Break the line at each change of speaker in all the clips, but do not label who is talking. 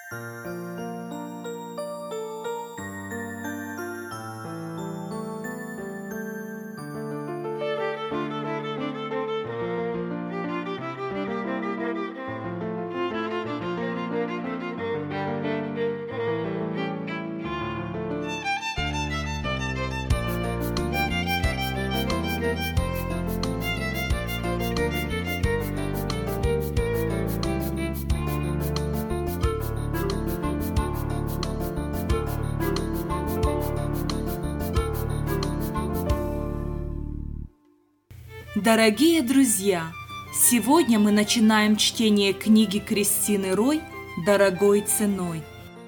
Дорогие друзья, сегодня мы начинаем чтение книги Кристины Рой «Дорогой ценой».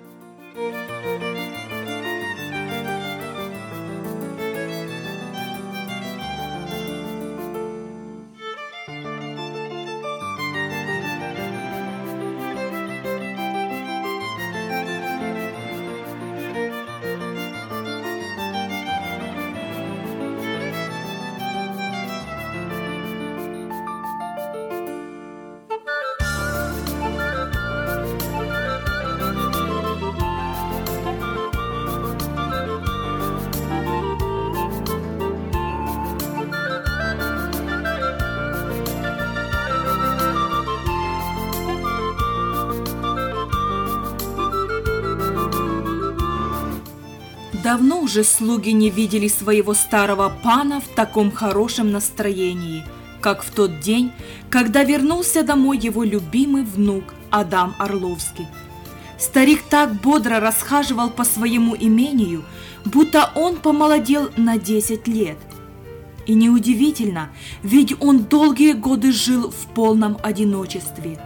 Давно уже слуги не видели своего старого пана в таком хорошем настроении, как в тот день, когда вернулся домой его любимый внук Адам Орловский. Старик так бодро расхаживал по своему имению, будто он помолодел на 10 лет. И неудивительно, ведь он долгие годы жил в полном одиночестве.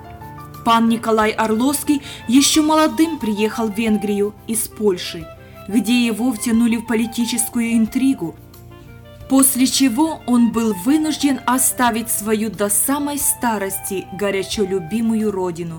Пан Николай Орловский еще молодым приехал в Венгрию из Польши, где его втянули в политическую интригу, после чего он был вынужден оставить свою до самой старости горячо любимую родину.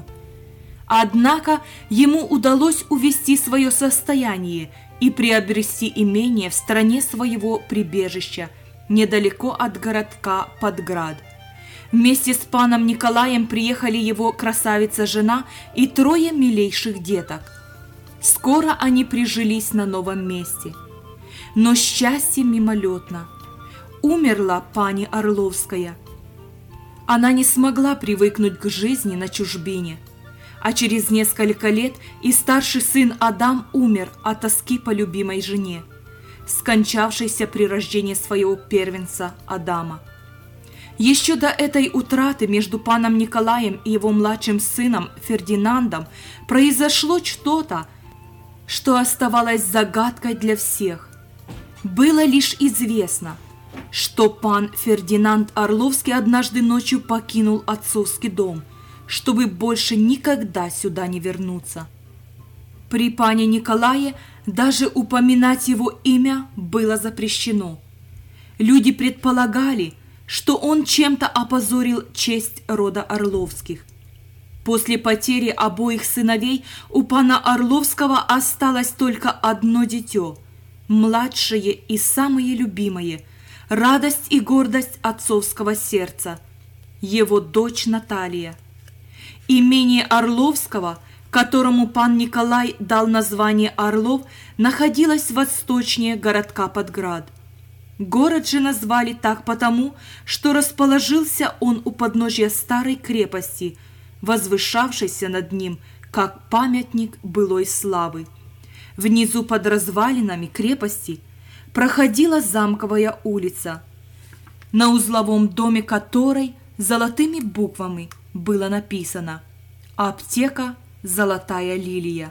Однако ему удалось увести свое состояние и приобрести имение в стране своего прибежища, недалеко от городка Подград. Вместе с паном Николаем приехали его красавица-жена и 3 милейших деток. Скоро они прижились на новом месте. Но счастье мимолетно. Умерла пани Орловская. Она не смогла привыкнуть к жизни на чужбине. А через несколько лет и старший сын Адам умер от тоски по любимой жене, скончавшейся при рождении своего первенца Адама. Еще до этой утраты между паном Николаем и его младшим сыном Фердинандом произошло что-то, что оставалось загадкой для всех. Было лишь известно, что пан Фердинанд Орловский однажды ночью покинул отцовский дом, чтобы больше никогда сюда не вернуться. При пане Николае даже упоминать его имя было запрещено. Люди предполагали, что он чем-то опозорил честь рода Орловских. После потери обоих сыновей у пана Орловского осталось только одно дитё, младшее и самое любимое, радость и гордость отцовского сердца, его дочь Наталья. Имение Орловского, которому пан Николай дал название Орлов, находилось восточнее городка Подград. Город же назвали так потому, что расположился он у подножия старой крепости, возвышавшейся над ним, как памятник былой славы. Внизу под развалинами крепости проходила замковая улица, на узловом доме которой золотыми буквами было написано «Аптека Золотая Лилия».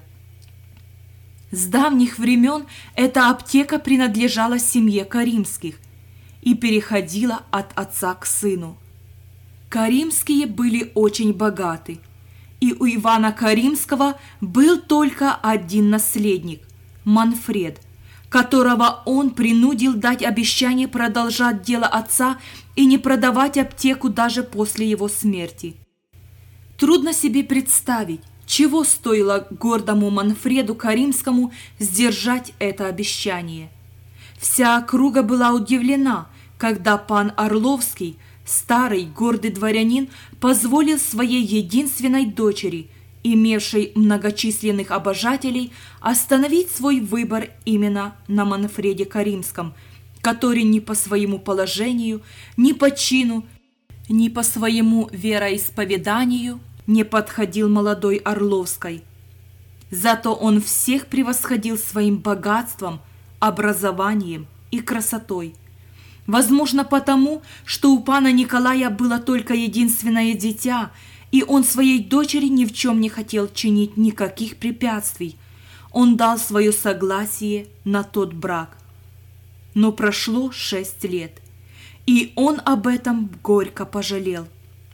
С давних времен эта аптека принадлежала семье Каримских и переходила от отца к сыну. Каримские были очень богаты, и у Ивана Каримского был только один наследник – Манфред, которого он принудил дать обещание продолжать дело отца и не продавать аптеку даже после его смерти. Трудно себе представить, чего стоило гордому Манфреду Каримскому сдержать это обещание. Вся округа была удивлена, когда пан Орловский, старый гордый дворянин, позволил своей единственной дочери имевшей многочисленных обожателей, остановить свой выбор именно на Манфреде Каримском, который ни по своему положению, ни по чину, ни по своему вероисповеданию не подходил молодой Орловской. Зато он всех превосходил своим богатством, образованием и красотой. Возможно, потому, что у пана Николая было только единственное дитя, и он своей дочери ни в чем не хотел чинить никаких препятствий. Он дал свое согласие на тот брак. Но прошло 6 лет, и он об этом горько пожалел.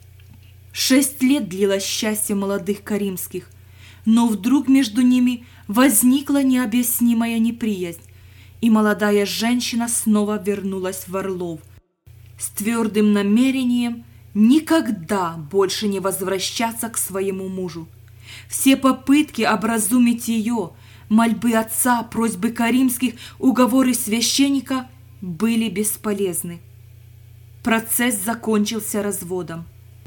6 лет длилось счастье молодых Каримских, но вдруг между ними возникла необъяснимая неприязнь, и молодая женщина снова вернулась в Орлов с твердым намерением никогда больше не возвращаться к своему мужу. Все попытки образумить ее, мольбы отца, просьбы Каримских, уговоры священника были бесполезны. Процесс закончился разводом.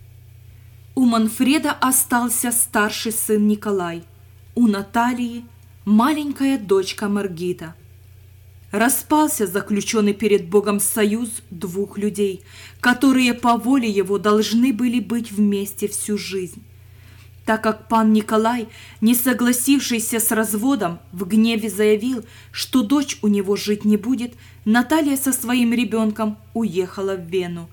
У Манфреда остался старший сын Николай, у Натальи маленькая дочка Маргита. Распался заключенный перед Богом союз двух людей, которые по воле его должны были быть вместе всю жизнь. Так как пан Николай, не согласившийся с разводом, в гневе заявил, что дочь у него жить не будет, Наталья со своим ребенком уехала в Вену.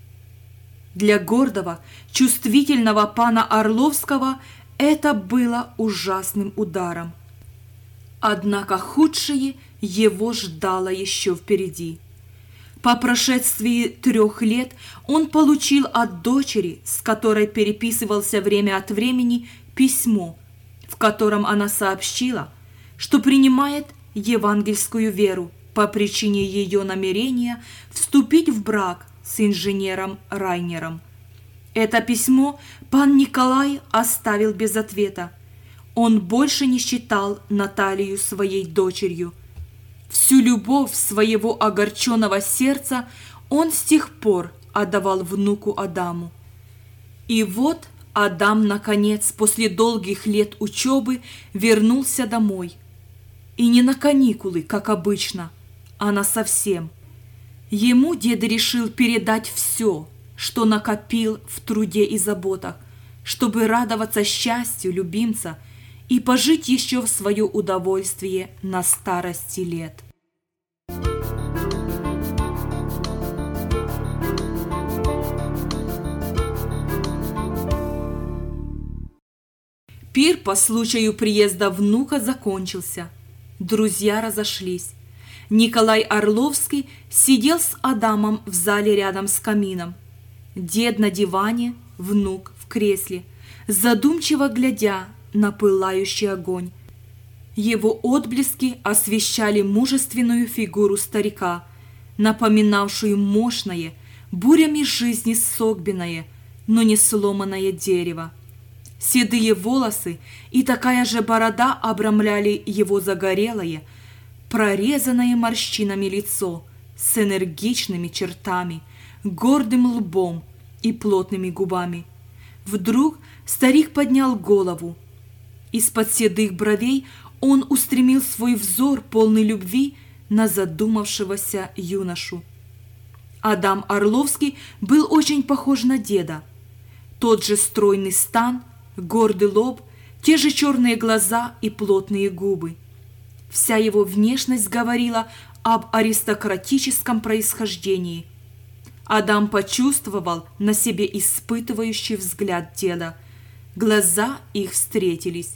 Для гордого, чувствительного пана Орловского это было ужасным ударом. Однако худшее его ждало еще впереди. По прошествии 3 лет он получил от дочери, с которой переписывался время от времени, письмо, в котором она сообщила, что принимает евангельскую веру по причине ее намерения вступить в брак с инженером Райнером. Это письмо пан Николай оставил без ответа. Он больше не считал Наталью своей дочерью. Всю любовь своего огорченного сердца он с тех пор отдавал внуку Адаму. И вот Адам, наконец, после долгих лет учебы, вернулся домой. И не на каникулы, как обычно, а насовсем. Ему дед решил передать все, что накопил в труде и заботах, чтобы радоваться счастью любимца и пожить еще в свое удовольствие на старости лет. Пир по случаю приезда внука закончился. Друзья разошлись. Николай Орловский сидел с Адамом в зале рядом с камином. Дед на диване, внук в кресле, задумчиво глядя на пылающий огонь. Его отблески освещали мужественную фигуру старика, напоминавшую мощное, бурями жизни согбенное, но не сломанное дерево. Седые волосы и такая же борода обрамляли его загорелое, прорезанное морщинами лицо с энергичными чертами, гордым лбом и плотными губами. Вдруг старик поднял голову. Из-под седых бровей он устремил свой взор, полный любви, на задумавшегося юношу. Адам Орловский был очень похож на деда. Тот же стройный стан, гордый лоб, те же черные глаза и плотные губы. Вся его внешность говорила об аристократическом происхождении. Адам почувствовал на себе испытывающий взгляд деда. Глаза их встретились.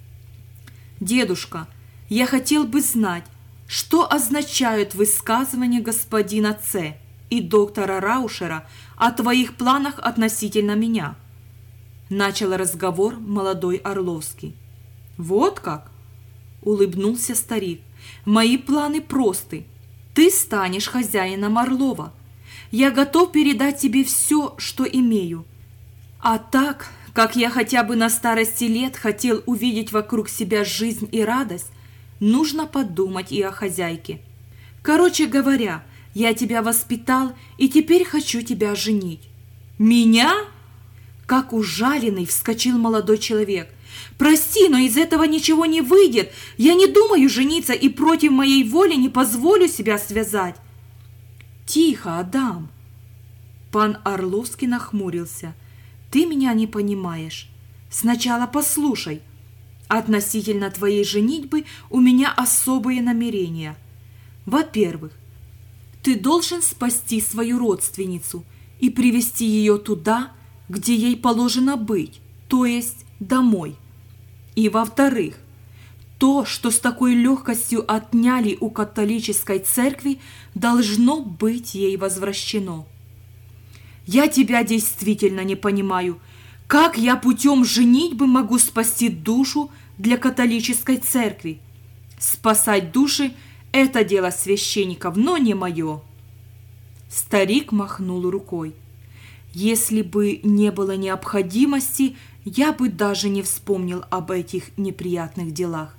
«Дедушка, я хотел бы знать, что означают высказывания господина Ц. и доктора Раушера о твоих планах относительно меня?» Начал разговор молодой Орловский. «Вот как?» – улыбнулся старик. «Мои планы просты. Ты станешь хозяином Орлова. Я готов передать тебе все, что имею. А так, как я хотя бы на старости лет хотел увидеть вокруг себя жизнь и радость, нужно подумать и о хозяйке. Короче говоря, я тебя воспитал и теперь хочу тебя женить». «Меня?» Как ужаленный вскочил молодой человек. Прости, но из этого ничего не выйдет. Я не думаю жениться и против моей воли не позволю себя связать. Тихо, Адам. Пан Орловский нахмурился. Ты меня не понимаешь. Сначала послушай. Относительно твоей женитьбы у меня особые намерения. Во-первых, ты должен спасти свою родственницу и привести ее туда, где ей положено быть, то есть домой. И во-вторых, то, что с такой легкостью отняли у католической церкви, должно быть ей возвращено. Я тебя действительно не понимаю. Как я путем женитьбы могу спасти душу для католической церкви? Спасать души – это дело священников, но не мое. Старик махнул рукой. Если бы не было необходимости, я бы даже не вспомнил об этих неприятных делах.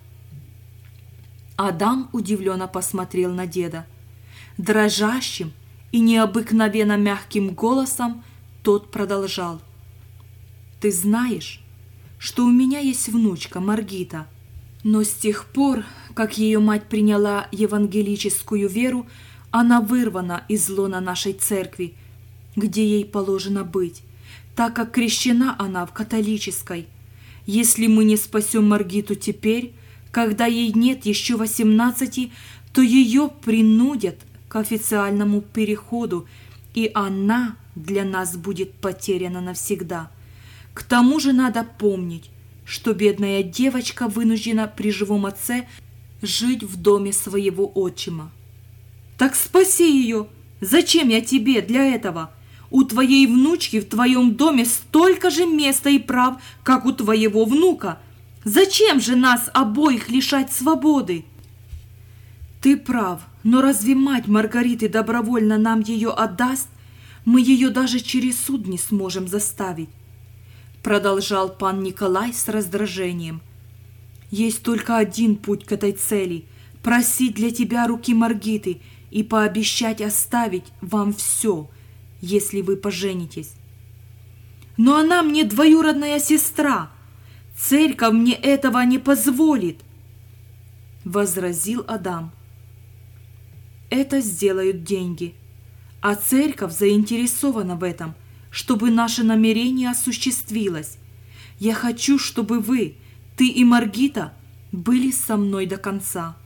Адам удивленно посмотрел на деда. Дрожащим и необыкновенно мягким голосом тот продолжал. Ты знаешь, что у меня есть внучка Маргита, но с тех пор, как ее мать приняла евангелическую веру, она вырвана из лона нашей церкви, где ей положено быть, так как крещена она в католической. Если мы не спасем Маргиту теперь, когда ей нет еще 18, то ее принудят к официальному переходу, и она для нас будет потеряна навсегда. К тому же надо помнить, что бедная девочка вынуждена при живом отце жить в доме своего отчима. Так спаси ее! Зачем я тебе для этого? У твоей внучки в твоем доме столько же места и прав, как у твоего внука. Зачем же нас обоих лишать свободы? Ты прав, но разве мать Маргариты добровольно нам ее отдаст? Мы ее даже через суд не сможем заставить. Продолжал пан Николай с раздражением. Есть только один путь к этой цели – просить для тебя руки Маргиты и пообещать оставить вам все, если вы поженитесь. Но она мне двоюродная сестра. Церковь мне этого не позволит, возразил Адам. Это сделают деньги, а церковь заинтересована в этом, чтобы наше намерение осуществилось. Я хочу, чтобы вы, ты и Маргита, были со мной до конца.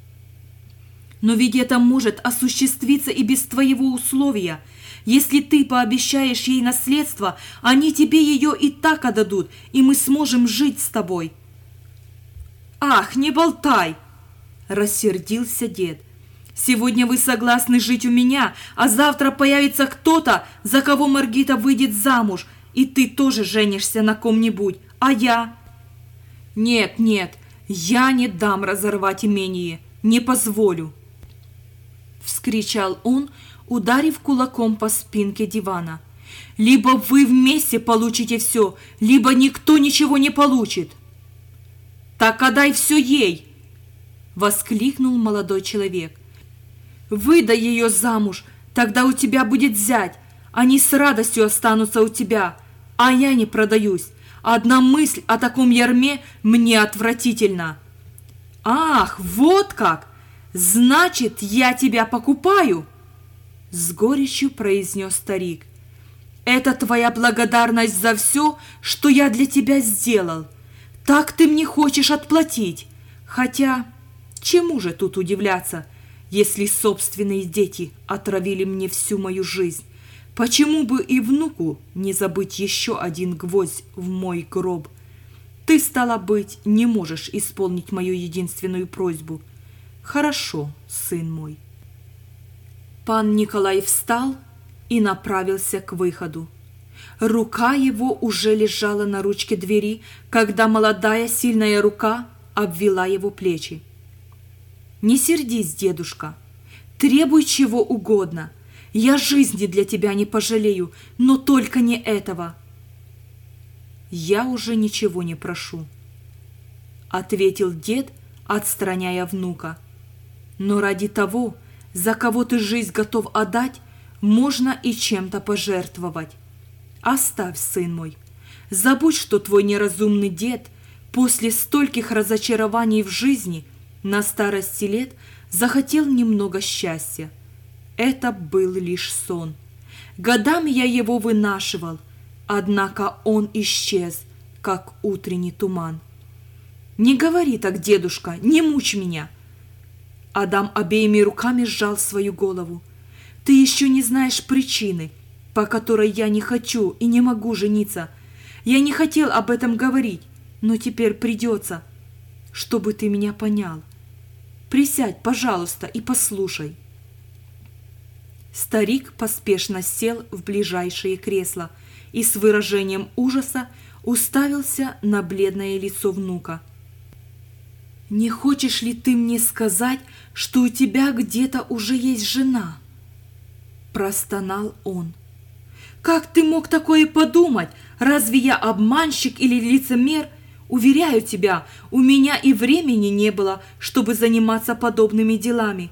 Но ведь это может осуществиться и без твоего условия. Если ты пообещаешь ей наследство, они тебе ее и так отдадут, и мы сможем жить с тобой. Ах, не болтай! Рассердился дед. Сегодня вы согласны жить у меня, а завтра появится кто-то, за кого Маргита выйдет замуж, и ты тоже женишься на ком-нибудь, а я? Нет, нет, я не дам разорвать имение, не позволю. Вскричал он, ударив кулаком по спинке дивана. Либо вы вместе получите все, либо никто ничего не получит. Так отдай все ей! Воскликнул молодой человек. Выдай ее замуж, тогда у тебя будет зять. Они с радостью останутся у тебя, а я не продаюсь. Одна мысль о таком ярме мне отвратительна. Ах, вот как! Значит, я тебя покупаю? С горечью произнес старик. Это твоя благодарность за все, что я для тебя сделал. Так ты мне хочешь отплатить. Хотя, чему же тут удивляться, если собственные дети отравили мне всю мою жизнь? Почему бы и внуку не забыть еще один гвоздь в мой гроб? Ты, стало быть, не можешь исполнить мою единственную просьбу. Хорошо, сын мой. Пан Николай встал и направился к выходу. Рука его уже лежала на ручке двери, когда молодая сильная рука обвела его плечи. «Не сердись, дедушка, требуй чего угодно. Я жизни для тебя не пожалею, но только не этого». «Я уже ничего не прошу», — ответил дед, отстраняя внука. «Но ради того, за кого ты жизнь готов отдать, можно и чем-то пожертвовать. Оставь, сын мой, забудь, что твой неразумный дед после стольких разочарований в жизни на старости лет захотел немного счастья. Это был лишь сон. Годами я его вынашивал, однако он исчез, как утренний туман. «Не говори так, дедушка, не мучь меня!» Адам обеими руками сжал свою голову. «Ты еще не знаешь причины, по которой я не хочу и не могу жениться. Я не хотел об этом говорить, но теперь придется, чтобы ты меня понял. Присядь, пожалуйста, и послушай». Старик поспешно сел в ближайшее кресло и с выражением ужаса уставился на бледное лицо внука. «Не хочешь ли ты мне сказать, что у тебя где-то уже есть жена?» Простонал он. «Как ты мог такое подумать? Разве я обманщик или лицемер? Уверяю тебя, у меня и времени не было, чтобы заниматься подобными делами».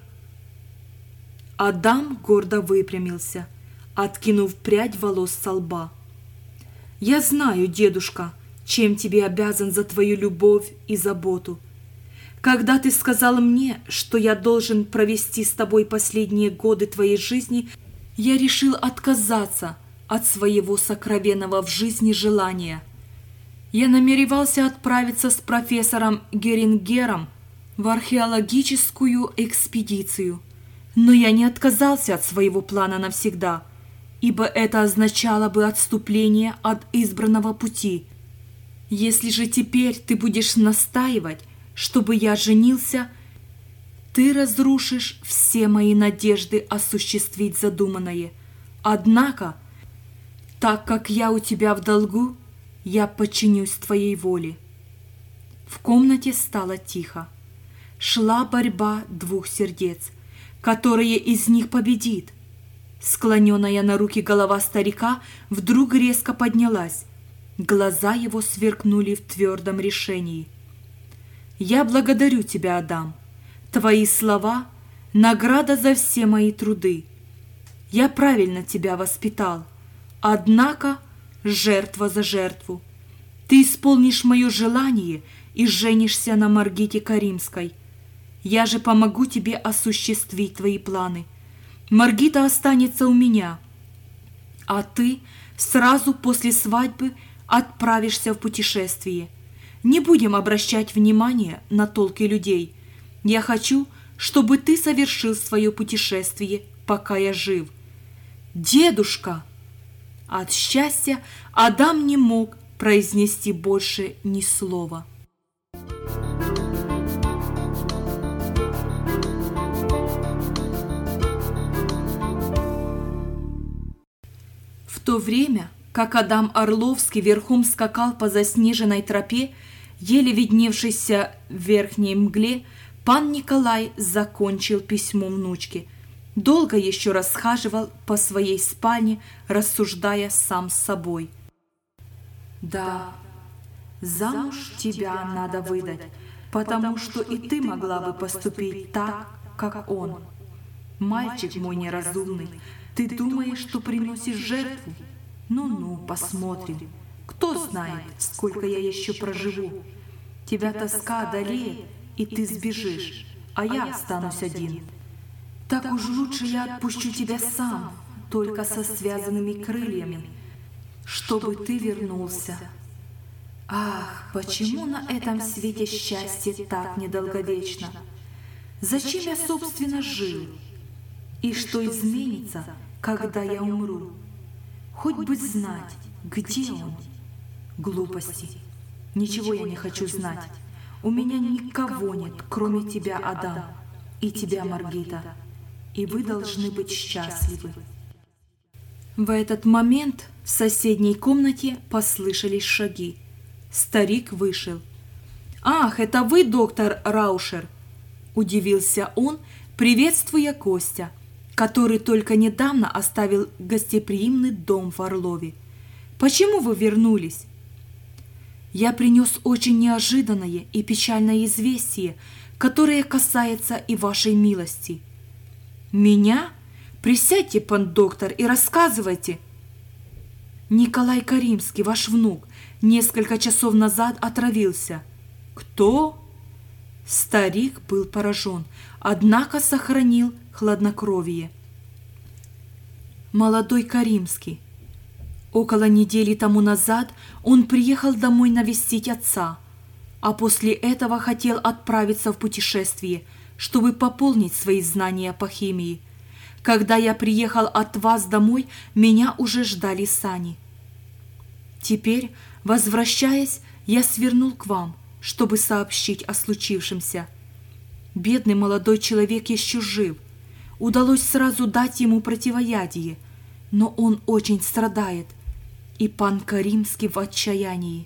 Адам гордо выпрямился, откинув прядь волос со лба. «Я знаю, дедушка, чем тебе обязан за твою любовь и заботу. Когда ты сказал мне, что я должен провести с тобой последние годы твоей жизни, я решил отказаться от своего сокровенного в жизни желания. Я намеревался отправиться с профессором Герингером в археологическую экспедицию, но я не отказался от своего плана навсегда, ибо это означало бы отступление от избранного пути. Если же теперь ты будешь настаивать, чтобы я женился, ты разрушишь все мои надежды осуществить задуманное. Однако, так как я у тебя в долгу, я подчинюсь твоей воле». В комнате стало тихо. Шла борьба двух сердец. Которое из них победит? Склоненная на руки голова старика вдруг резко поднялась. Глаза его сверкнули в твердом решении. «Я благодарю тебя, Адам. Твои слова – награда за все мои труды. Я правильно тебя воспитал. Однако жертва за жертву. Ты исполнишь мое желание и женишься на Маргите Каримской. Я же помогу тебе осуществить твои планы. Маргита останется у меня, а ты сразу после свадьбы отправишься в путешествие. Не будем обращать внимание на толки людей. Я хочу, чтобы ты совершил свое путешествие, пока я жив». «Дедушка!» От счастья Адам не мог произнести больше ни слова. В то время, как Адам Орловский верхом скакал по заснеженной тропе, еле видневшейся в верхней мгле, пан Николай закончил письмо внучке. Долго еще расхаживал по своей спальне, рассуждая сам с собой. «Да, замуж тебя надо выдать, потому что и ты могла бы поступить так, как он. Мальчик мой неразумный, ты думаешь, что приносишь жертву? Ну-ну, посмотрим. Кто знает, сколько я еще проживу. Тебя тоска одолеет, и ты сбежишь, а я останусь один. Так уж лучше я отпущу тебя сам, только со связанными крыльями, чтобы ты вернулся. Ах, почему на этом свете счастье так недолговечно? Зачем я, собственно, жил? И что изменится, когда я умру? Хоть бы знать, где он? Глупости. Ничего я не хочу знать. У меня никого нет, кроме тебя, Адам, и тебя, Маргита. И вы должны быть счастливы». В этот момент в соседней комнате послышались шаги. Старик вышел. «Ах, это вы, доктор Раушер?» – удивился он, приветствуя гостя, который только недавно оставил гостеприимный дом в Орлове. «Почему вы вернулись?» «Я принес очень неожиданное и печальное известие, которое касается и вашей милости». «Меня? Присядьте, пан доктор, и рассказывайте». «Николай Каримский, ваш внук, несколько часов назад отравился. Кто? Старик был поражен, однако сохранил хладнокровие. Молодой Каримский. Около недели тому назад он приехал домой навестить отца, а после этого хотел отправиться в путешествие, чтобы пополнить свои знания по химии. Когда я приехал от вас домой, меня уже ждали сани. Теперь, возвращаясь, я свернул к вам, чтобы сообщить о случившемся. Бедный молодой человек еще жив. Удалось сразу дать ему противоядие, но он очень страдает, и пан Каримский в отчаянии.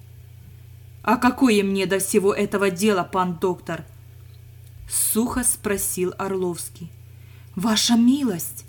«А какое мне до всего этого дела, пан доктор?» Сухо спросил Орловский. «Ваша милость!»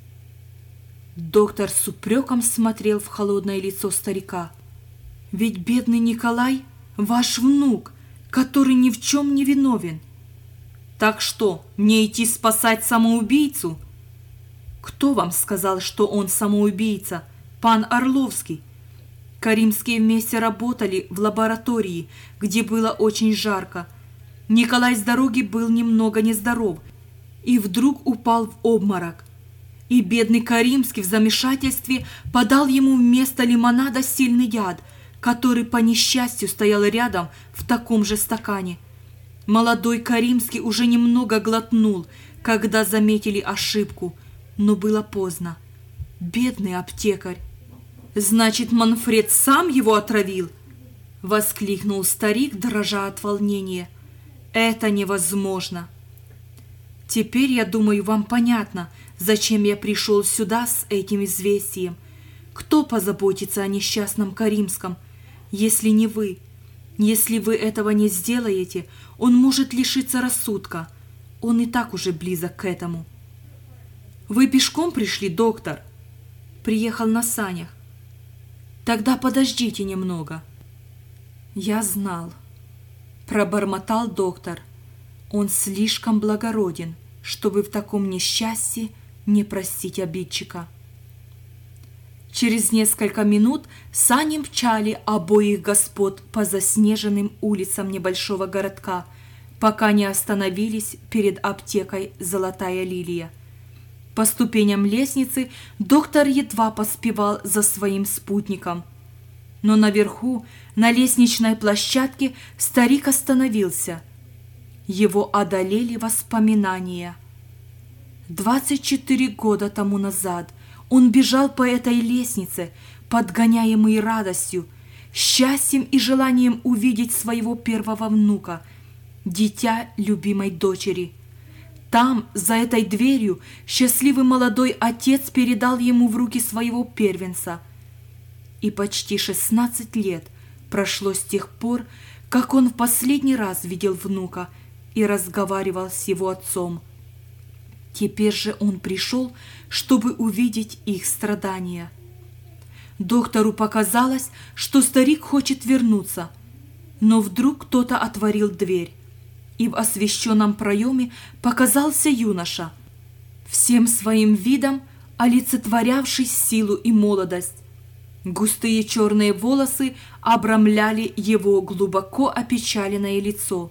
Доктор с упреком смотрел в холодное лицо старика. «Ведь бедный Николай – ваш внук, который ни в чем не виновен. Так что, мне идти спасать самоубийцу?» «Кто вам сказал, что он самоубийца, пан Орловский?» Каримские вместе работали в лаборатории, где было очень жарко. Николай с дороги был немного нездоров и вдруг упал в обморок. И бедный Каримский в замешательстве подал ему вместо лимонада сильный яд, который по несчастью стоял рядом в таком же стакане. Молодой Каримский уже немного глотнул, когда заметили ошибку, но было поздно. Бедный аптекарь. «Значит, Манфред сам его отравил?» — воскликнул старик, дрожа от волнения. «Это невозможно!» «Теперь, я думаю, вам понятно, зачем я пришел сюда с этим известием. Кто позаботится о несчастном Каримском, если не вы? Если вы этого не сделаете, он может лишиться рассудка. Он и так уже близок к этому». «Вы пешком пришли, доктор?» «Приехал на санях». «Тогда подождите немного». «Я знал», — пробормотал доктор. «Он слишком благороден, чтобы в таком несчастье не простить обидчика». Через несколько минут сани мчали обоих господ по заснеженным улицам небольшого городка, пока не остановились перед аптекой «Золотая лилия». По ступеням лестницы доктор едва поспевал за своим спутником. Но наверху, на лестничной площадке, старик остановился. Его одолели воспоминания. 24 года тому назад он бежал по этой лестнице, подгоняемый радостью, счастьем и желанием увидеть своего первого внука, дитя любимой дочери. Там, за этой дверью, счастливый молодой отец передал ему в руки своего первенца. И почти 16 лет прошло с тех пор, как он в последний раз видел внука и разговаривал с его отцом. Теперь же он пришел, чтобы увидеть их страдания. Доктору показалось, что старик хочет вернуться, но вдруг кто-то отворил дверь, и в освещенном проеме показался юноша, всем своим видом олицетворявший силу и молодость. Густые черные волосы обрамляли его глубоко опечаленное лицо.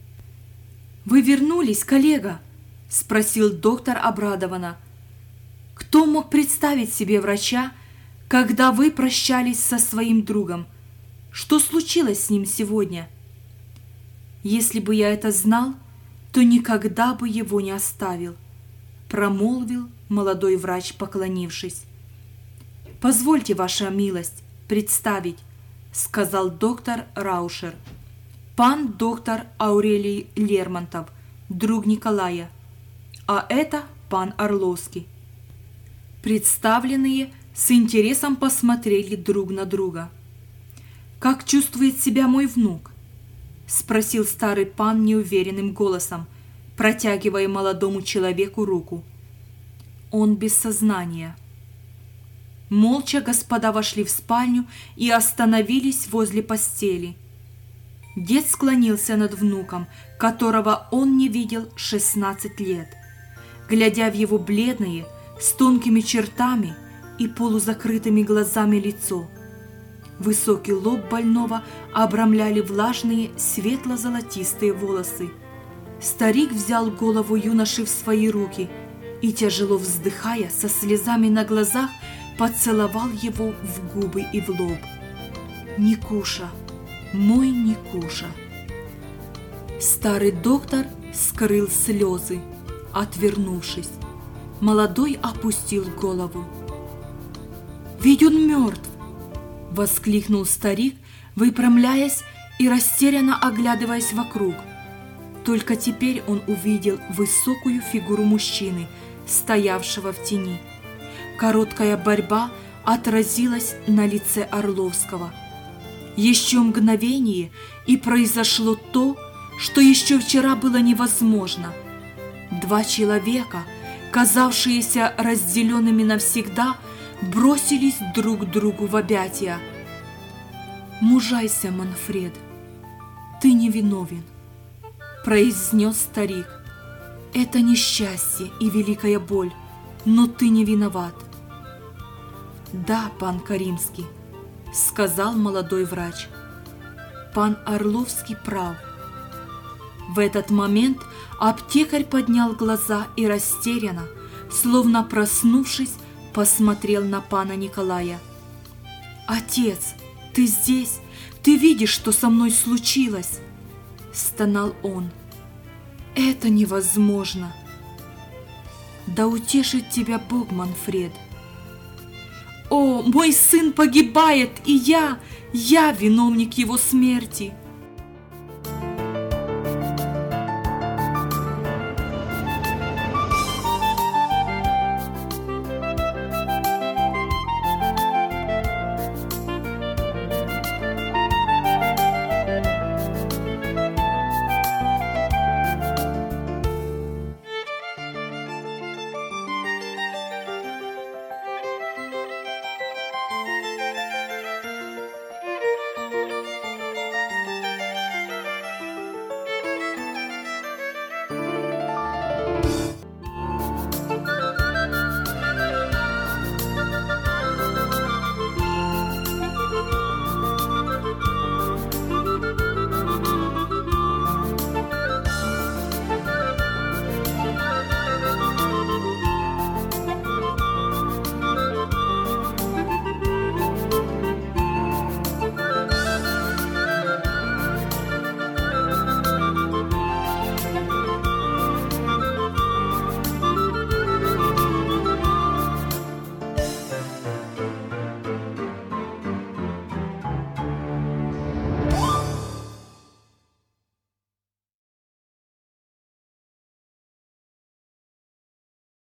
«Вы вернулись, коллега?» – спросил доктор обрадованно. «Кто мог представить себе врача, когда вы прощались со своим другом? Что случилось с ним сегодня?» «Если бы я это знал, то никогда бы его не оставил», – промолвил молодой врач, поклонившись. «Позвольте, ваша милость, представить», – сказал доктор Раушер. «Пан доктор Аурелий Лермонтов, друг Николая, а это пан Орловский». Представленные с интересом посмотрели друг на друга. «Как чувствует себя мой внук?» – спросил старый пан неуверенным голосом, протягивая молодому человеку руку. «Он без сознания». Молча господа вошли в спальню и остановились возле постели. Дед склонился над внуком, которого он не видел 16 лет, глядя в его бледное, с тонкими чертами и полузакрытыми глазами лицо. Высокий лоб больного обрамляли влажные светло-золотистые волосы. Старик взял голову юноши в свои руки и, тяжело вздыхая, со слезами на глазах, поцеловал его в губы и в лоб. «Никуша, мой Никуша!» Старый доктор скрыл слезы, отвернувшись. Молодой опустил голову. «Ведь он мертв!» — воскликнул старик, выпрямляясь и растерянно оглядываясь вокруг. Только теперь он увидел высокую фигуру мужчины, стоявшего в тени. Короткая борьба отразилась на лице Орловского. Еще мгновение, и произошло то, что еще вчера было невозможно. Два человека, казавшиеся разделенными навсегда, бросились друг к другу в объятия. «Мужайся, Манфред, ты не виновен», — произнес старик. «Это несчастье и великая боль, но ты не виноват». «Да, пан Каримский», — сказал молодой врач. «Пан Орловский прав». В этот момент аптекарь поднял глаза и растерянно, словно проснувшись, посмотрел на пана Николая. «Отец, ты здесь? Ты видишь, что со мной случилось?» — стонал он. «Это невозможно!» «Да утешит тебя Бог, Манфред!» «О, мой сын погибает, и я виновник его смерти!»